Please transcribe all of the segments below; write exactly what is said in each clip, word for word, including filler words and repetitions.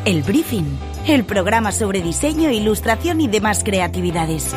El Briefing, el programa sobre diseño, ilustración y demás creatividades.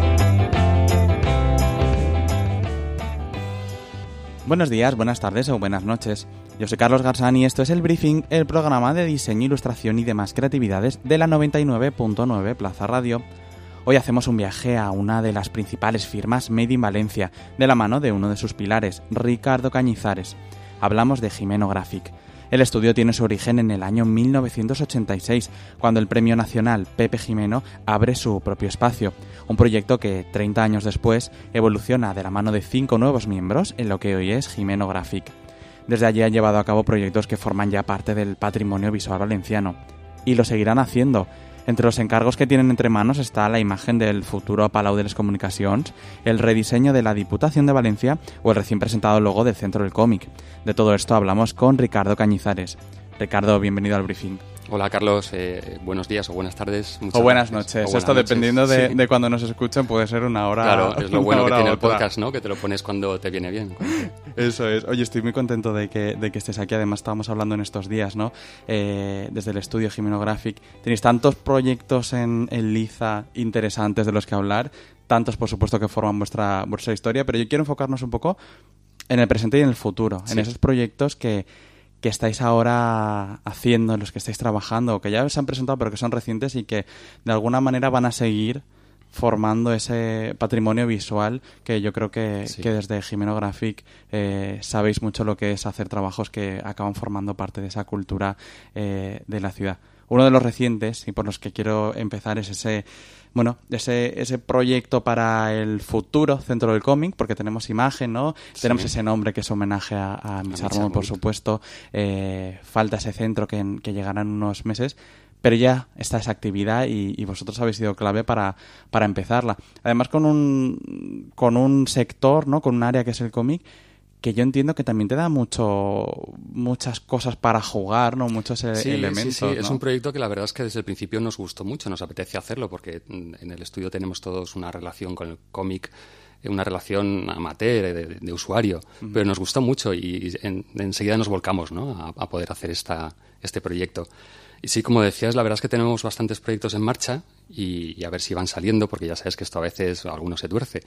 Buenos días, buenas tardes o buenas noches. Yo soy Carlos Garzán y esto es El Briefing, el programa de diseño, ilustración y demás creatividades de la noventa y nueve punto nueve Plaza Radio. Hoy hacemos un viaje a una de las principales firmas Made in Valencia, de la mano de uno de sus pilares, Ricardo Cañizares. Hablamos de Jimeno Graphic. El estudio tiene su origen en el año mil novecientos ochenta y seis, cuando el Premio Nacional Pepe Jimeno abre su propio espacio, un proyecto que treinta años después evoluciona de la mano de cinco nuevos miembros en lo que hoy es Jimeno Graphic. Desde allí han llevado a cabo proyectos que forman ya parte del patrimonio visual valenciano, y lo seguirán haciendo. Entre los encargos que tienen entre manos está la imagen del futuro Palau de les Comunicacions, el rediseño de la Diputación de Valencia o el recién presentado logo del Centro del Cómic. De todo esto hablamos con Ricardo Cañizares. Ricardo, bienvenido al Briefing. Hola Carlos, eh, buenos días o buenas tardes. O buenas noches. O buenas Esto noches. Dependiendo de, sí. de cuando nos escuchen puede ser una hora. Claro, es lo bueno que tiene el podcast, ¿no? Que te lo pones cuando te viene bien. Eso es. Oye, estoy muy contento de que, de que estés aquí. Además estábamos hablando en estos días, ¿no? Eh, desde el estudio Jimeno Graphic. Tenéis tantos proyectos en, en liza interesantes de los que hablar, tantos por supuesto que forman vuestra, vuestra historia, pero yo quiero enfocarnos un poco en el presente y en el futuro, sí. en esos proyectos que... que estáis ahora haciendo, en los que estáis trabajando, que ya se han presentado pero que son recientes y que de alguna manera van a seguir formando ese patrimonio visual que yo creo que, sí. que desde Jimeno Graphic eh, sabéis mucho lo que es hacer trabajos que acaban formando parte de esa cultura eh, de la ciudad. Uno de los recientes y por los que quiero empezar es ese bueno ese ese proyecto para el futuro Centro del Cómic, porque tenemos imagen, ¿no? Sí. Tenemos ese nombre que es homenaje a, a Misarmón, por supuesto. Eh, falta ese centro que, que llegará en unos meses, pero ya está esa actividad y, y vosotros habéis sido clave para, para empezarla. Además con un, con un sector, ¿no? Con un área que es el cómic, que yo entiendo que también te da mucho muchas cosas para jugar, ¿no? Muchos sí, elementos. Sí, sí, ¿no? Es un proyecto que la verdad es que desde el principio nos gustó mucho, nos apetece hacerlo porque en el estudio tenemos todos una relación con el cómic, una relación amateur, de, de usuario, uh-huh. pero nos gustó mucho y en, enseguida nos volcamos, ¿no? a, a poder hacer esta, este proyecto. Y sí, como decías, la verdad es que tenemos bastantes proyectos en marcha y, y a ver si van saliendo, porque ya sabes que esto a veces alguno se tuerce.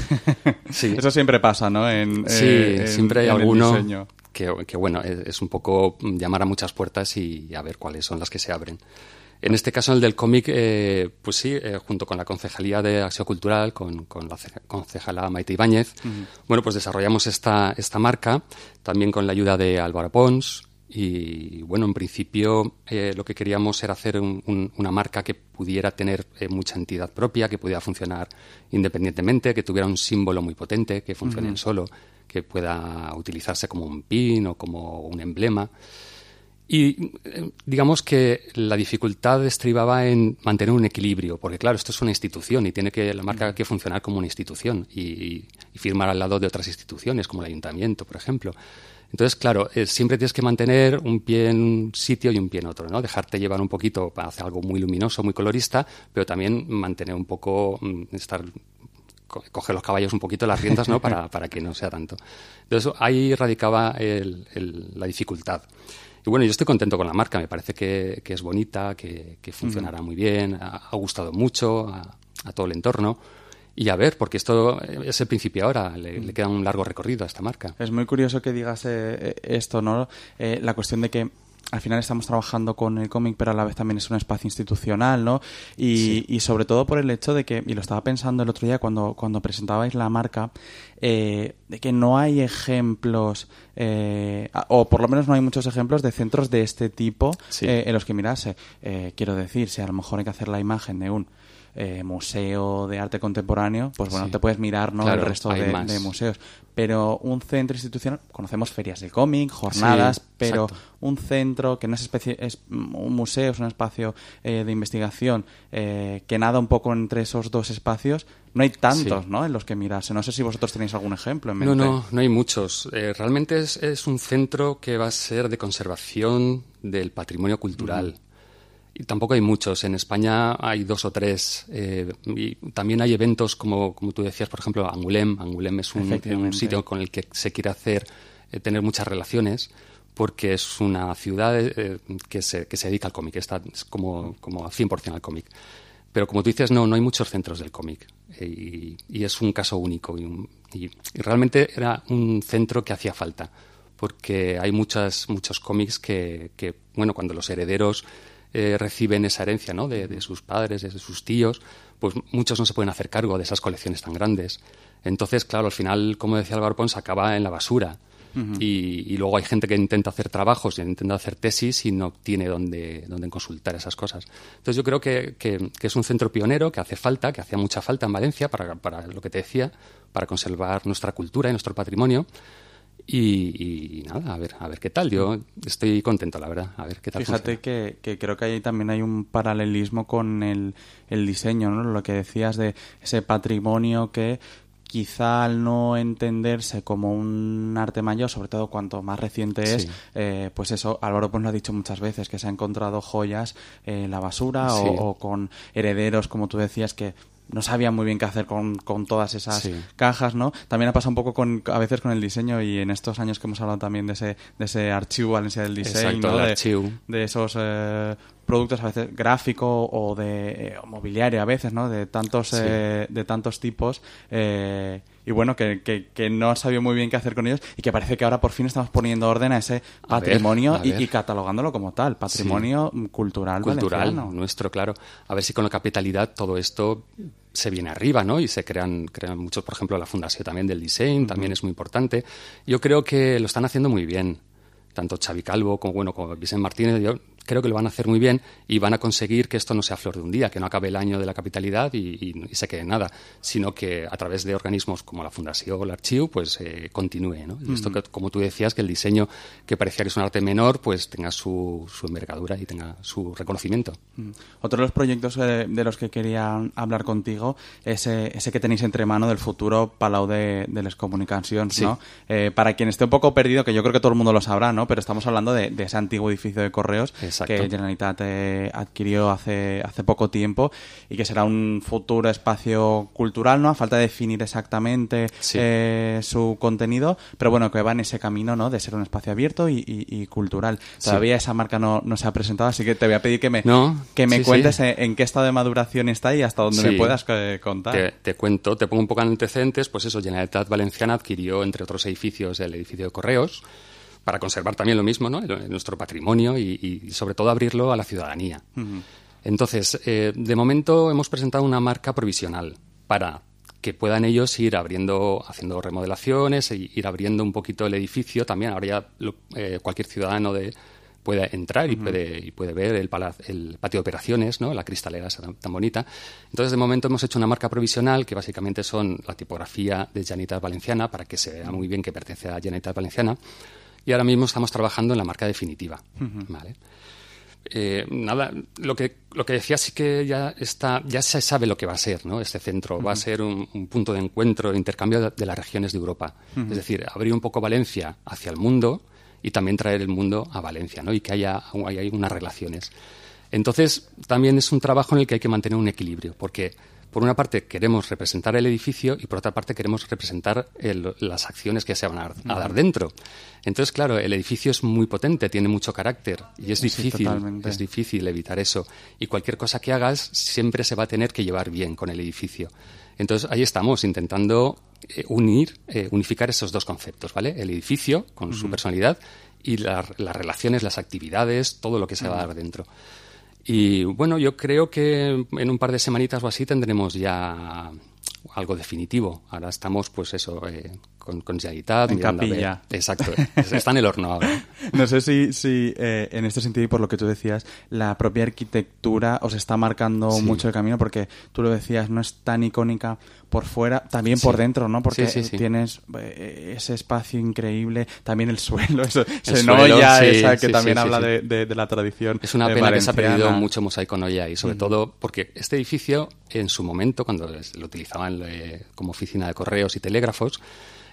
Sí. Eso siempre pasa, ¿no? En, sí, eh, siempre hay en alguno que, que, bueno, es, es un poco llamar a muchas puertas y a ver cuáles son las que se abren. En este caso, el del cómic, eh, pues sí, eh, junto con la Concejalía de Acción Cultural, con, con la concejala Maite Ibáñez, uh-huh. bueno, pues desarrollamos esta, esta marca, también con la ayuda de Álvaro Pons. Y bueno, en principio eh, lo que queríamos era hacer un, un, una marca que pudiera tener eh, mucha entidad propia, que pudiera funcionar independientemente, que tuviera un símbolo muy potente, que funcione uh-huh. solo, que pueda utilizarse como un pin o como un emblema. Y eh, digamos que la dificultad estribaba en mantener un equilibrio, porque claro, esto es una institución y tiene que la marca que funcionar como una institución y, y firmar al lado de otras instituciones, como el ayuntamiento, por ejemplo. Entonces, claro, eh, siempre tienes que mantener un pie en un sitio y un pie en otro, ¿no? Dejarte llevar un poquito para hacer algo muy luminoso, muy colorista, pero también mantener un poco, estar, co- coger los caballos un poquito las riendas, ¿no? Para, para que no sea tanto. Entonces, ahí radicaba el, el, la dificultad. Y bueno, yo estoy contento con la marca, me parece que, que es bonita, que, que funcionará muy bien, ha, ha gustado mucho a, a todo el entorno. Y a ver, porque esto es el principio ahora, le, le queda un largo recorrido a esta marca. Es muy curioso que digas eh, esto, ¿no? Eh, la cuestión de que al final estamos trabajando con el cómic, pero a la vez también es un espacio institucional, ¿no? Y, sí. y sobre todo por el hecho de que, y lo estaba pensando el otro día cuando, cuando presentabais la marca, eh, de que no hay ejemplos, eh, o por lo menos no hay muchos ejemplos de centros de este tipo sí. eh, en los que mirase. Eh, quiero decir, si a lo mejor hay que hacer la imagen de un Eh, museo de arte contemporáneo, pues bueno, sí. te puedes mirar, ¿no? Claro, el resto de, de museos. Pero un centro institucional, conocemos ferias de cómic, jornadas, sí, pero exacto. un centro que no es, especie, es un museo, es un espacio eh, de investigación eh, que nada un poco entre esos dos espacios, no hay tantos, sí. ¿no? En los que mirarse. No sé si vosotros tenéis algún ejemplo en mente. No, no, no hay muchos. Eh, realmente es, es un centro que va a ser de conservación del patrimonio cultural. Mm. Y tampoco hay muchos. En España hay dos o tres. Eh, y también hay eventos como, como tú decías, por ejemplo, Angoulême. Angoulême es un, un sitio con el que se quiere hacer, eh, tener muchas relaciones, porque es una ciudad eh, que, se, que se dedica al cómic, está es como, como cien por ciento al cómic. Pero como tú dices, no, no hay muchos centros del cómic eh, y, y es un caso único y, un, y, y realmente era un centro que hacía falta, porque hay muchas, muchos cómics que, que, bueno, cuando los herederos eh, reciben esa herencia, ¿no?, de, de sus padres, de sus tíos, pues muchos no se pueden hacer cargo de esas colecciones tan grandes. Entonces, claro, al final, como decía Álvaro Pons, acaba en la basura. Uh-huh. Y, y luego hay gente que intenta hacer trabajos, intenta hacer tesis y no tiene dónde, dónde consultar esas cosas. Entonces yo creo que, que, que es un centro pionero, que hace falta, que hacía mucha falta en Valencia para, para lo que te decía, para conservar nuestra cultura y nuestro patrimonio. Y, y nada, a ver, a ver qué tal. Yo estoy contento, la verdad. A ver qué tal. Fíjate que, que creo que ahí también hay un paralelismo con el, el diseño, ¿no? Lo que decías de ese patrimonio que quizá al no entenderse como un arte mayor, sobre todo cuanto más reciente es, sí. eh, pues eso, Álvaro Pons lo ha dicho muchas veces, que se ha encontrado joyas en la basura sí. o, o con herederos, como tú decías, que no sabían muy bien qué hacer con, con todas esas sí. cajas, ¿no? También ha pasado un poco con, a veces con el diseño, y en estos años que hemos hablado también de ese, de ese archivo Valencia del diseño, exacto, ¿no? el de, archivo. de esos eh, productos a veces gráfico o de eh, o mobiliario a veces, ¿no? De tantos sí. eh, de tantos tipos eh, y bueno, que, que, que no sabía muy bien qué hacer con ellos, y que parece que ahora por fin estamos poniendo orden a ese a patrimonio ver, a ver. Y, y catalogándolo como tal, patrimonio sí. cultural cultural valenciano. Nuestro, claro. A ver si con la capitalidad todo esto se viene arriba, ¿no? Y se crean, crean muchos, por ejemplo, la Fundación también del Diseño, uh-huh. también es muy importante. Yo creo que lo están haciendo muy bien, tanto Xavi Calvo como, bueno, como Vicent Martínez. Yo creo que lo van a hacer muy bien y van a conseguir que esto no sea flor de un día, que no acabe el año de la capitalidad y, y, y se quede nada, sino que a través de organismos como la Fundación o el Archiu, pues eh, continúe, ¿no? Y esto, que, como tú decías, que el diseño, que parecía que es un arte menor, pues tenga su, su envergadura y tenga su reconocimiento. Otro de los proyectos eh, de los que quería hablar contigo es eh, ese que tenéis entre mano del futuro Palau de, de les Comunicacions, sí. ¿no? Eh, para quien esté un poco perdido, que yo creo que todo el mundo lo sabrá, ¿no? Pero estamos hablando de, de ese antiguo edificio de Correos. Exacto. Que Generalitat eh, adquirió hace, hace poco tiempo, y que será un futuro espacio cultural, ¿no? A falta de definir exactamente sí. eh, su contenido, pero bueno, que va en ese camino, ¿no? De ser un espacio abierto y, y, y cultural. Todavía sí. esa marca no, no se ha presentado, así que te voy a pedir que me, no, que me sí, cuentes sí. En, en qué estado de maduración está y hasta dónde sí. me puedas eh, contar. Te, te cuento, te pongo un poco en antecedentes. Pues eso, Generalitat Valenciana adquirió, entre otros edificios, el edificio de Correos, para conservar también lo mismo, ¿no? En nuestro patrimonio y, y sobre todo abrirlo a la ciudadanía. Uh-huh. Entonces, eh, de momento hemos presentado una marca provisional para que puedan ellos ir abriendo, haciendo remodelaciones e ir abriendo un poquito el edificio. También ahora ya lo, eh, cualquier ciudadano de, puede entrar y, uh-huh. puede, y puede ver el, palac- el patio de operaciones, ¿no? La cristalera esa tan, tan bonita. Entonces, de momento hemos hecho una marca provisional que básicamente son la tipografía de Generalitat Valenciana, para que se vea muy bien que pertenece a Generalitat Valenciana. Y ahora mismo estamos trabajando en la marca definitiva, uh-huh. ¿vale? Eh, nada, lo que lo que decía sí que ya está, ya se sabe lo que va a ser, ¿no? Este centro uh-huh. va a ser un, un punto de encuentro, de intercambio de, de las regiones de Europa. Uh-huh. Es decir, abrir un poco Valencia hacia el mundo y también traer el mundo a Valencia, ¿no? Y que haya, haya unas relaciones. Entonces, también es un trabajo en el que hay que mantener un equilibrio, porque por una parte queremos representar el edificio y por otra parte queremos representar el, las acciones que se van a, a dar dentro. Entonces, claro, el edificio es muy potente, tiene mucho carácter y es difícil, sí, es difícil evitar eso. Y cualquier cosa que hagas siempre se va a tener que llevar bien con el edificio. Entonces, ahí estamos intentando eh, unir, eh, unificar esos dos conceptos, ¿vale? El edificio con uh-huh. su personalidad y la, las relaciones, las actividades, todo lo que se uh-huh. va a dar dentro. Y bueno, yo creo que en un par de semanitas o así tendremos ya algo definitivo. Ahora estamos, pues eso, eh, con, con Generalitat. En capilla. Exacto, está en el horno ahora. No sé si, si eh, en este sentido, y por lo que tú decías, la propia arquitectura os está marcando sí. mucho el camino, porque tú lo decías, no es tan icónica por fuera, también sí. por dentro, ¿no? Porque sí, sí, sí. tienes eh, ese espacio increíble, también el suelo, eso, el se suelo, noya sí, esa que sí, también sí, habla sí, de, de, de la tradición. Es una eh, pena valenciana. Que se ha perdido mucho mosaico noya y sobre mm. todo porque este edificio, en su momento, cuando lo utilizaban eh, como oficina de correos y telégrafos,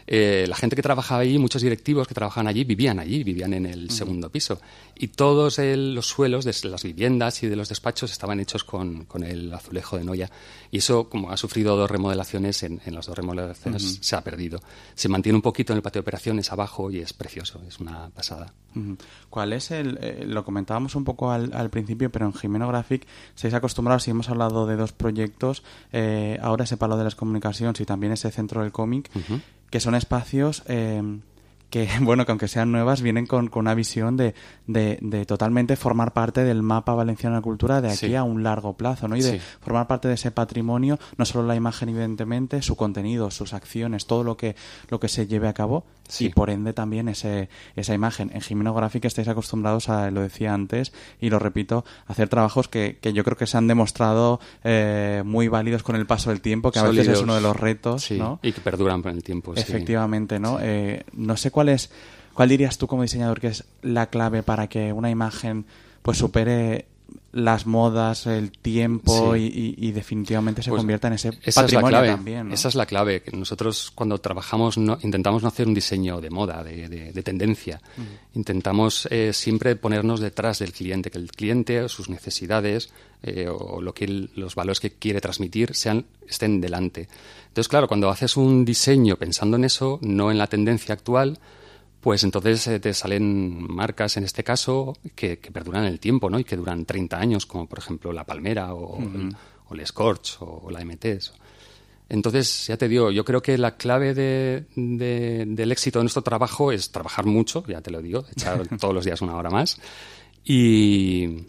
Eh, la gente que trabajaba allí, muchos directivos que trabajaban allí, vivían allí, vivían en el uh-huh. segundo piso. Y todos el, los suelos de las viviendas y de los despachos estaban hechos con, con el azulejo de Noya. Y eso, como ha sufrido dos remodelaciones, en, en las dos remodelaciones uh-huh. se ha perdido. Se mantiene un poquito en el patio de operaciones abajo y es precioso, es una pasada. Uh-huh. ¿Cuál es el...? Eh, lo comentábamos un poco al, al principio, pero en Jimeno Graphic estáis acostumbrados, si hemos hablado de dos proyectos, eh, ahora ese Palo de las Comunicaciones y también ese Centro del Cómic, uh-huh. que son espacios eh, que, bueno, que aunque sean nuevas, vienen con, con una visión de, de, de totalmente formar parte del mapa valenciano de la cultura de aquí sí. a un largo plazo, ¿no? Y de sí. formar parte de ese patrimonio, no solo la imagen, evidentemente, su contenido, sus acciones, todo lo que, lo que se lleve a cabo, sí. y por ende también ese, esa imagen. En Jimeno Graphic estáis acostumbrados a, lo decía antes, y lo repito, a hacer trabajos que, que yo creo que se han demostrado eh, muy válidos con el paso del tiempo, que a Sólidos. veces es uno de los retos, sí. ¿no? Y que perduran por el tiempo. Efectivamente, sí. ¿no? Sí. Eh, no sé cuál es, cuál dirías tú como diseñador que es la clave para que una imagen pues supere las modas, el tiempo sí. y, y, y definitivamente se pues convierta en ese patrimonio es también, ¿no? Esa es la clave. Que nosotros cuando trabajamos no, intentamos no hacer un diseño de moda, de, de, de tendencia. Uh-huh. Intentamos eh, siempre ponernos detrás del cliente, que el cliente, sus necesidades eh, o lo que él, los valores que quiere transmitir sean estén delante. Entonces, claro, cuando haces un diseño pensando en eso, no en la tendencia actual, pues entonces eh, te salen marcas, en este caso, que, que perduran el tiempo, ¿no? Y que duran treinta años, como por ejemplo la Palmera o, uh-huh. el, o el Scorch o, o la M T. Entonces, ya te digo, yo creo que la clave de, de, del éxito de nuestro trabajo es trabajar mucho, ya te lo digo, echar todos los días una hora más y...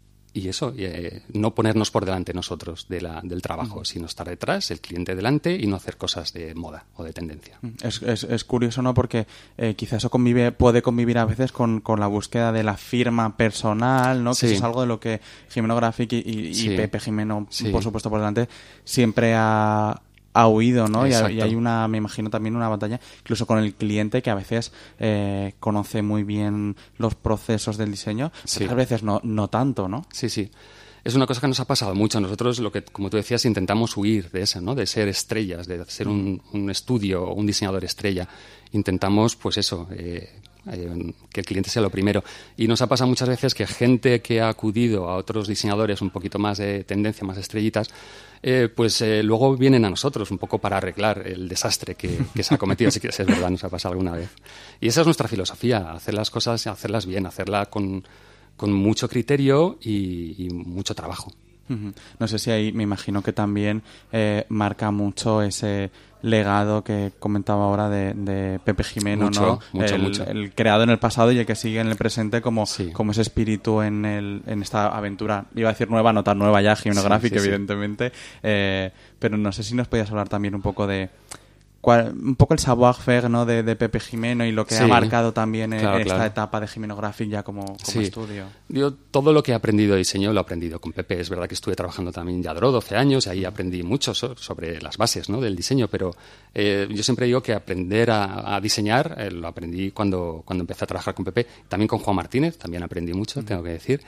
Y eso, eh, no ponernos por delante nosotros de la, del trabajo, uh-huh. sino estar detrás, el cliente delante y no hacer cosas de moda o de tendencia. Es, es, es curioso, ¿no? Porque eh, quizás eso convive, puede convivir a veces con, con la búsqueda de la firma personal, ¿no? Que sí. eso es algo de lo que Jimeno Graphic y, y, sí. y Pepe Jimeno, sí. por supuesto, por delante, siempre ha... ha huido, ¿no? Y, ha, y hay una, me imagino también una batalla, incluso con el cliente que a veces eh, conoce muy bien los procesos del diseño, sí. pero a veces no, no tanto, ¿no? Sí, sí. Es una cosa que nos ha pasado mucho. Nosotros, lo que, como tú decías, intentamos huir de eso, ¿no? De ser estrellas, de ser un, un estudio, un diseñador estrella. Intentamos, pues eso, eh, eh, que el cliente sea lo primero. Y nos ha pasado muchas veces que gente que ha acudido a otros diseñadores un poquito más de tendencia, más estrellitas, eh, pues eh, luego vienen a nosotros un poco para arreglar el desastre que, que se ha cometido. Así que es verdad, nos ha pasado alguna vez. Y esa es nuestra filosofía, hacer las cosas, hacerlas bien, hacerla con... con mucho criterio y, y mucho trabajo. Uh-huh. No sé si ahí me imagino que también eh, marca mucho ese legado que comentaba ahora de, de Pepe Jimeno, mucho, ¿no? Mucho, el, mucho. el creado en el pasado y el que sigue en el presente como, sí. como ese espíritu en, el, en esta aventura. Iba a decir nueva, no tan nueva ya, Jimeno sí, Graphic, sí, evidentemente. Sí. Eh, pero no sé si nos podías hablar también un poco de... Cuál, un poco el savoir-faire, ¿no? de, de Pepe Jimeno y lo que sí, ha marcado también claro, esta claro. etapa de Jimeno Graphic ya como, como sí. estudio. Yo todo lo que he aprendido de diseño lo he aprendido con Pepe. Es verdad que estuve trabajando también en Lladró doce años y ahí aprendí mucho so, sobre las bases, ¿no? del diseño, pero eh, yo siempre digo que aprender a, a diseñar eh, lo aprendí cuando, cuando empecé a trabajar con Pepe. También con Juan Martínez, también aprendí mucho, uh-huh. tengo que decir.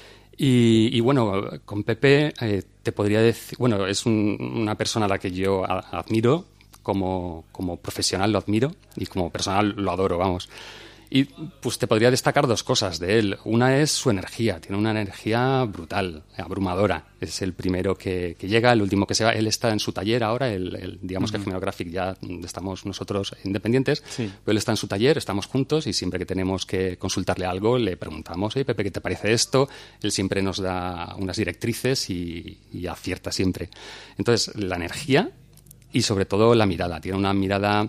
Y, y bueno, con Pepe eh, te podría decir... Bueno, es un, una persona a la que yo a, admiro. Como, como profesional lo admiro y como personal lo adoro, vamos. Y pues te podría destacar dos cosas de él. Una es su energía, tiene una energía brutal, abrumadora. Es el primero que, que llega, el último que se va. Él está en su taller ahora, el, el, digamos uh-huh. que Jimeno Graphic ya estamos nosotros independientes, sí. pero él está en su taller, estamos juntos y siempre que tenemos que consultarle algo le preguntamos, hey, Pepe, ¿qué te parece esto? Él siempre nos da unas directrices y, y acierta siempre. Entonces, la energía y sobre todo la mirada. Tiene una mirada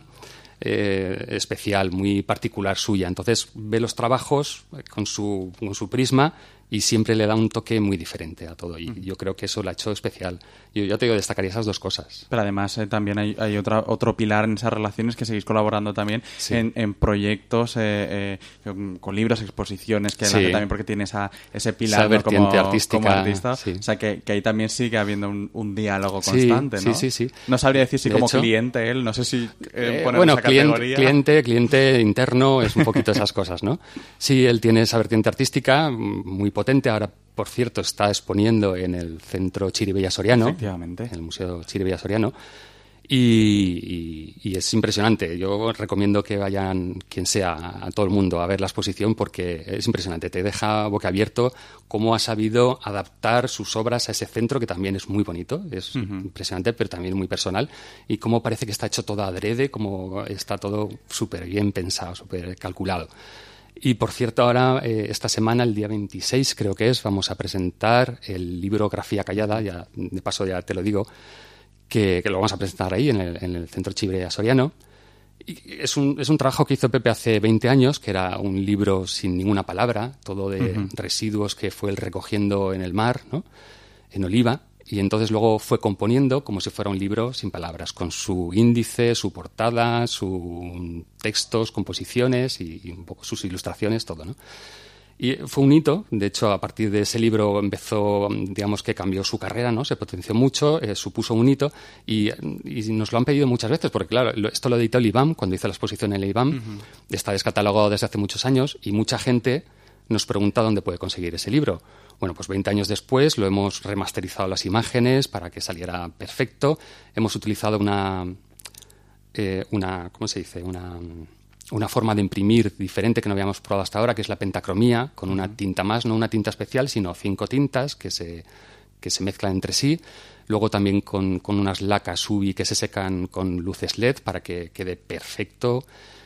eh, especial, muy particular suya. Entonces ve los trabajos con su, con su prisma y siempre le da un toque muy diferente a todo. Y uh-huh. yo creo que eso lo ha hecho especial. Yo ya te digo, destacaría esas dos cosas. Pero además eh, también hay, hay otra, otro pilar en esas relaciones que seguís colaborando también sí. en, en proyectos eh, eh, con libros, exposiciones, que sí. también porque tiene esa, ese pilar ¿no? como, artística, como artista. Sí. O sea, que, que ahí también sigue habiendo un, un diálogo constante, sí, ¿no? Sí, sí, sí. No sabría decir si de como hecho, cliente él, no sé si eh, poner bueno, esa cliente, categoría. cliente, cliente interno, es un poquito esas cosas, ¿no? Sí, él tiene esa vertiente artística muy potente. Ahora, por cierto, está exponiendo en el Centro Chiribella Soriano, efectivamente, en el Museo Chiribella Soriano, Y, y, y es impresionante. Yo recomiendo que vayan, quien sea, a todo el mundo a ver la exposición porque es impresionante. Te deja boquiabierto cómo ha sabido adaptar sus obras a ese centro que también es muy bonito. Es uh-huh. impresionante, pero también muy personal. Y cómo parece que está hecho todo adrede, cómo está todo súper bien pensado, súper calculado. Y, por cierto, ahora, eh, esta semana, el día veintiséis, creo que es, vamos a presentar el libro Grafía Callada, ya de paso ya te lo digo, Que, que lo vamos a presentar ahí en el, en el Centro Chivre Soriano. Y es un, es un trabajo que hizo Pepe hace veinte años, que era un libro sin ninguna palabra, todo de uh-huh. residuos que fue él recogiendo en el mar, ¿no? En Oliva, y entonces luego fue componiendo como si fuera un libro sin palabras, con su índice, su portada, sus textos, composiciones y, y un poco sus ilustraciones, todo, ¿no? Y fue un hito, de hecho, a partir de ese libro empezó, digamos que cambió su carrera, ¿no? Se potenció mucho, eh, supuso un hito y, y nos lo han pedido muchas veces, porque claro, lo, esto lo editó el I B A M, cuando hizo la exposición en el I B A M, uh-huh. está descatalogado desde hace muchos años y mucha gente nos pregunta dónde puede conseguir ese libro. Bueno, pues veinte años después lo hemos remasterizado las imágenes para que saliera perfecto, hemos utilizado una, eh, una ¿cómo se dice?, una... una forma de imprimir diferente que no habíamos probado hasta ahora, que es la pentacromía, con una tinta más, no una tinta especial, sino cinco tintas que se, que se mezclan entre sí. Luego también con, con unas lacas U V que se secan con luces L E D para que quede perfecto.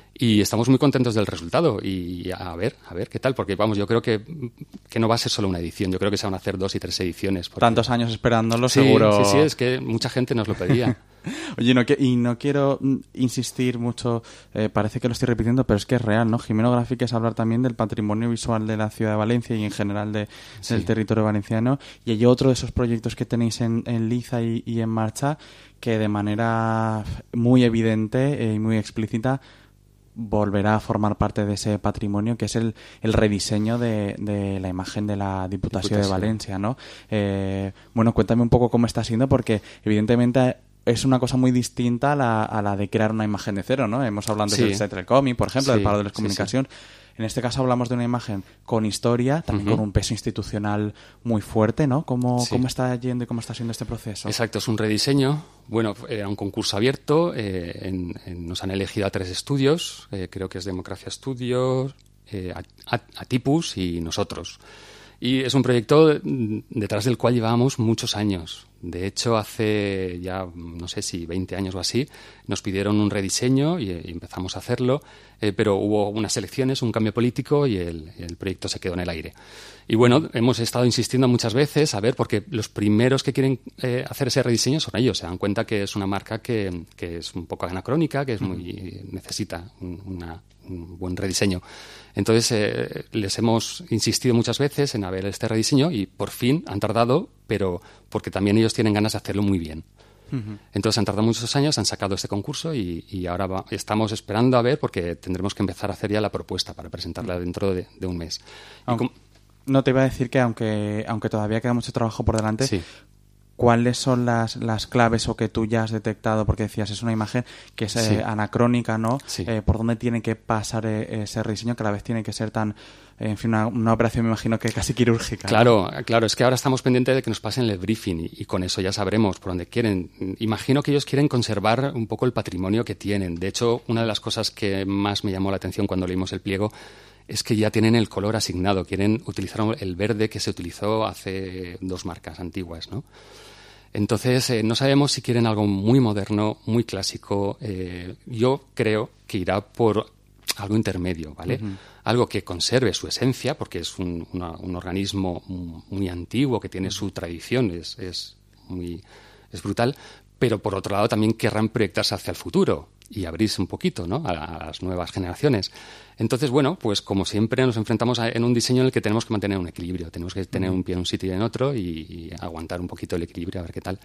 Y estamos muy contentos del resultado. Y a ver, a ver qué tal, porque vamos, yo creo que, que no va a ser solo una edición, yo creo que se van a hacer dos y tres ediciones. Porque... Tantos años esperándolo, sí, seguro. Sí, sí, es que mucha gente nos lo pedía. Oye, no, que, y no quiero insistir mucho, eh, parece que lo estoy repitiendo, pero es que es real, ¿no? Jimeno Graphic es hablar también del patrimonio visual de la ciudad de Valencia y en general de, sí. del territorio valenciano. Y hay otro de esos proyectos que tenéis en, en Liza y, y en marcha que de manera muy evidente y eh, muy explícita volverá a formar parte de ese patrimonio, que es el, el rediseño de, de la imagen de la Diputación, Diputación. de Valencia, ¿no? Eh, bueno, cuéntame un poco cómo está siendo, porque evidentemente es una cosa muy distinta a la, a la de crear una imagen de cero, ¿no? Hemos hablado antes sí. del set del cómic, por ejemplo, sí, del Paro de la sí, Comunicación. Sí. En este caso hablamos de una imagen con historia, también uh-huh. con un peso institucional muy fuerte, ¿no? ¿Cómo, sí. ¿Cómo está yendo y cómo está siendo este proceso? Exacto, es un rediseño. Bueno, era un concurso abierto. Eh, en, en, nos han elegido a tres estudios. Eh, creo que es Democracia Studios, eh, Atipus y nosotros. Y es un proyecto detrás del cual llevábamos muchos años. De hecho, hace ya, no sé si veinte años o así, nos pidieron un rediseño y, y empezamos a hacerlo, eh, pero hubo unas elecciones, un cambio político y el, el proyecto se quedó en el aire. Y bueno, hemos estado insistiendo muchas veces, a ver, porque los primeros que quieren eh, hacer ese rediseño son ellos. Se dan cuenta que es una marca que, que es un poco anacrónica, que es muy necesita un, una, un buen rediseño. Entonces, eh, les hemos insistido muchas veces en haber este rediseño y por fin han tardado, pero porque también ellos tienen ganas de hacerlo muy bien. Uh-huh. Entonces han tardado muchos años, han sacado este concurso y, y ahora va, estamos esperando a ver, porque tendremos que empezar a hacer ya la propuesta para presentarla uh-huh. dentro de, de un mes. Aunque, com- no te iba a decir que aunque, aunque todavía queda mucho trabajo por delante, sí. ¿cuáles son las, las claves o que tú ya has detectado? Porque decías, es una imagen que es sí. eh, anacrónica, ¿no? Sí. Eh, ¿Por dónde tiene que pasar eh, ese rediseño que a la vez tiene que ser tan... Eh, en fin, una, una operación, me imagino que casi quirúrgica? Claro, ¿no? Claro. Es que ahora estamos pendientes de que nos pasen el briefing y, y con eso ya sabremos por dónde quieren. Imagino que ellos quieren conservar un poco el patrimonio que tienen. De hecho, una de las cosas que más me llamó la atención cuando leímos el pliego es que ya tienen el color asignado. Quieren utilizar el verde que se utilizó hace dos marcas antiguas, ¿no? Entonces, eh, no sabemos si quieren algo muy moderno, muy clásico. Eh, yo creo que irá por algo intermedio, ¿vale? Uh-huh. Algo que conserve su esencia, porque es un, una, un organismo muy antiguo, que tiene uh-huh. su tradición, es, es, muy, es brutal, pero por otro lado también querrán proyectarse hacia el futuro y abrirse un poquito, ¿no?, a, a las nuevas generaciones. Entonces, bueno, pues como siempre nos enfrentamos a, en un diseño en el que tenemos que mantener un equilibrio. Tenemos que tener un pie en un sitio y en otro y, y aguantar un poquito el equilibrio, a ver qué tal.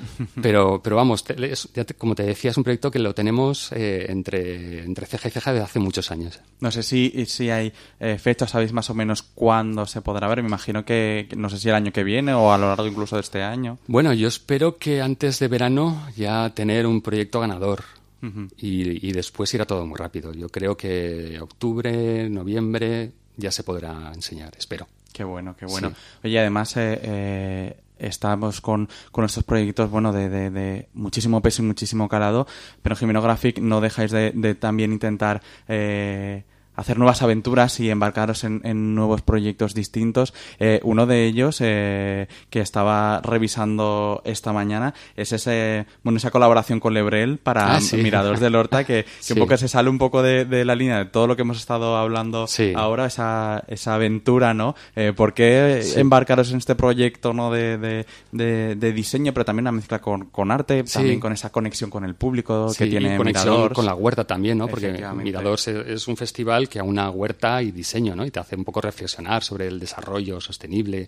Pero, pero vamos, te, es, ya te, como te decía, es un proyecto que lo tenemos eh, entre, entre ceja y ceja desde hace muchos años. No sé si, si hay eh, fechas, ¿sabéis más o menos cuándo se podrá ver? Me imagino que, no sé si el año que viene o a lo largo incluso de este año. Bueno, yo espero que antes de verano ya tener un proyecto ganador. Uh-huh. Y, y después irá todo muy rápido. Yo creo que octubre, noviembre ya se podrá enseñar, espero. Qué bueno, qué bueno. Sí. Oye, además, eh, eh, estamos con, con estos proyectos, bueno, de, de, de muchísimo peso y muchísimo calado, pero en Gimenographic no dejáis de, de también intentar eh, hacer nuevas aventuras y embarcaros en, en nuevos proyectos distintos. Eh, uno de ellos, eh, que estaba revisando esta mañana, es ese, bueno, esa colaboración con Lebrel para ah, sí. Miradors del Horta, que, que sí. un poco se sale un poco de, de la línea de todo lo que hemos estado hablando sí. ahora, esa, esa aventura, ¿no? Eh, ¿Por qué sí. embarcaros en este proyecto, ¿no? de, de, de, de diseño, pero también una mezcla con, con arte, sí. también con esa conexión con el público sí, que tiene y conexión Miradors? Con la huerta también, ¿no? Porque Miradors es, es un festival que aúna huerta y diseño, ¿no? Y te hace un poco reflexionar sobre el desarrollo sostenible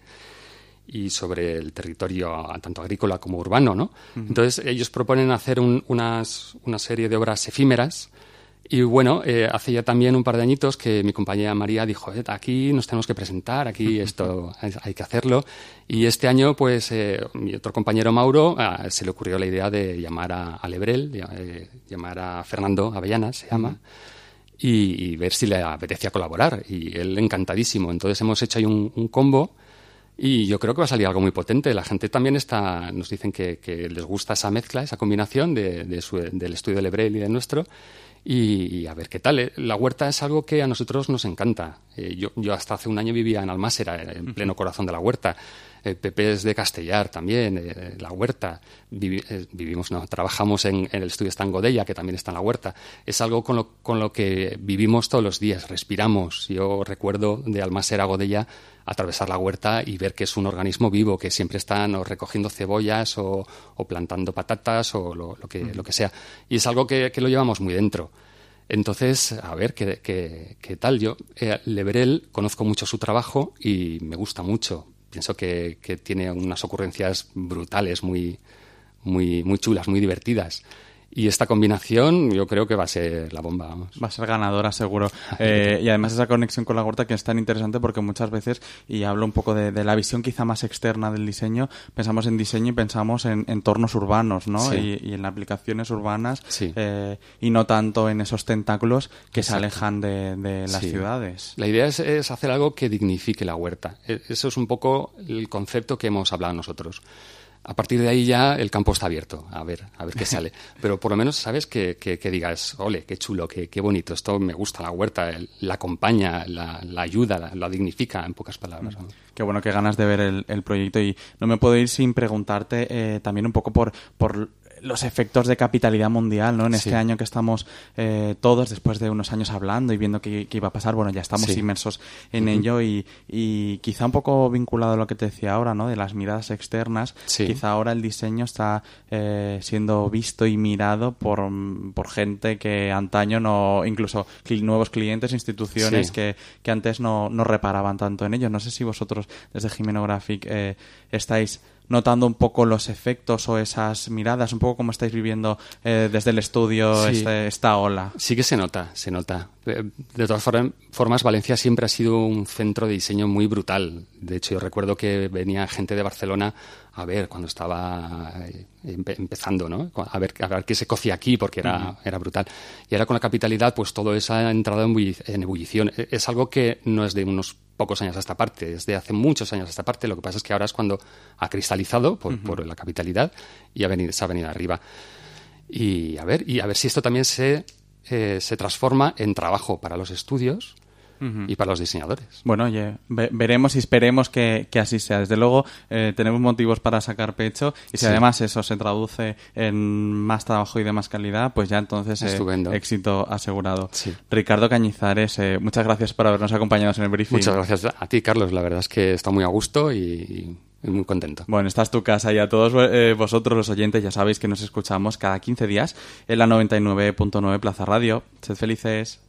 y sobre el territorio tanto agrícola como urbano, ¿no? Uh-huh. Entonces, ellos proponen hacer un, unas, una serie de obras efímeras y, bueno, eh, hace ya también un par de añitos que mi compañera María dijo, eh, aquí nos tenemos que presentar, aquí esto hay que hacerlo. Y este año, pues, eh, mi otro compañero Mauro eh, se le ocurrió la idea de llamar a, a Lebrel, eh, llamar a Fernando Avellanas, se llama, uh-huh. Y, y ver si le apetecía colaborar. Y él encantadísimo. Entonces hemos hecho ahí un, un combo y yo creo que va a salir algo muy potente. La gente también está, nos dicen que, que les gusta esa mezcla, esa combinación de, de su, del estudio de Lebrel y del nuestro. Y, y a ver qué tal. La huerta es algo que a nosotros nos encanta. Eh, yo, yo hasta hace un año vivía en Almásera, en pleno corazón de la huerta. Eh, Pepe es de Castellar también, eh, la huerta. Vivi, eh, vivimos, no, trabajamos en, en el estudio está en Godella, que también está en la huerta. Es algo con lo, con lo que vivimos todos los días, respiramos. Yo recuerdo de Almásera a Godella atravesar la huerta y ver que es un organismo vivo, que siempre están o recogiendo cebollas o, o plantando patatas o lo, lo, que, uh-huh. lo que sea. Y es algo que, que lo llevamos muy dentro. Entonces, a ver, ¿qué, qué, qué tal? Yo, eh, Lebrel, conozco mucho su trabajo y me gusta mucho. Pienso que, que tiene unas ocurrencias brutales, muy, muy, muy chulas, muy divertidas. Y esta combinación yo creo que va a ser la bomba, vamos. Va a ser ganadora, seguro. Eh, y además esa conexión con la huerta que es tan interesante porque muchas veces, y hablo un poco de, de la visión quizá más externa del diseño, pensamos en diseño y pensamos en entornos urbanos, ¿no? Sí. Y, y en aplicaciones urbanas, sí. eh, y no tanto en esos tentáculos que Exacto. se alejan de, de las sí. ciudades. La idea es, es hacer algo que dignifique la huerta. Eso es un poco el concepto que hemos hablado nosotros. A partir de ahí ya el campo está abierto, a ver, a ver qué sale. Pero por lo menos sabes que, que, que digas, ole, qué chulo, qué, qué bonito, esto me gusta, la huerta, la acompaña, la, la ayuda, la, la dignifica, en pocas palabras. ¿no? Qué bueno, qué ganas de ver el, el proyecto. Y no me puedo ir sin preguntarte eh, también un poco por... por los efectos de capitalidad mundial, ¿no? En este sí. año que estamos eh, todos, después de unos años hablando y viendo qué, qué iba a pasar, bueno, ya estamos sí. inmersos en uh-huh. ello y, y quizá un poco vinculado a lo que te decía ahora, ¿no? De las miradas externas, sí. quizá ahora el diseño está eh, siendo visto y mirado por, por gente que antaño no, incluso cl- nuevos clientes, instituciones sí. que, que antes no, no reparaban tanto en ello. No sé si vosotros desde Gimenographic eh, estáis notando un poco los efectos o esas miradas, un poco como estáis viviendo eh, desde el estudio sí. este, esta ola. Sí que se nota, se nota. De todas formas, Valencia siempre ha sido un centro de diseño muy brutal. De hecho, yo recuerdo que venía gente de Barcelona a ver cuando estaba empe- empezando, ¿no? A ver, a ver qué se cocía aquí, porque era, uh-huh. era brutal. Y ahora con la capitalidad, pues todo eso ha entrado en, bullic- en ebullición. Es algo que no es de unos pocos años a esta parte, es de hace muchos años a esta parte. Lo que pasa es que ahora es cuando ha cristalizado por, uh-huh. por la capitalidad y ha venido, se ha venido arriba. Y a ver, y a ver si esto también se, eh, se transforma en trabajo para los estudios uh-huh. y para los diseñadores. Bueno, oye, ve- veremos y esperemos que, que así sea. Desde luego, eh, tenemos motivos para sacar pecho y si sí. además eso se traduce en más trabajo y de más calidad, pues ya entonces eh, éxito asegurado. Sí. Ricardo Cañizares, eh, muchas gracias por habernos acompañado en el briefing. Muchas gracias a ti, Carlos. La verdad es que está muy a gusto y... y muy contento. Bueno, esta es tu casa y a todos eh, vosotros los oyentes ya sabéis que nos escuchamos cada quince días en la noventa y nueve punto nueve Plaza Radio. Sed felices.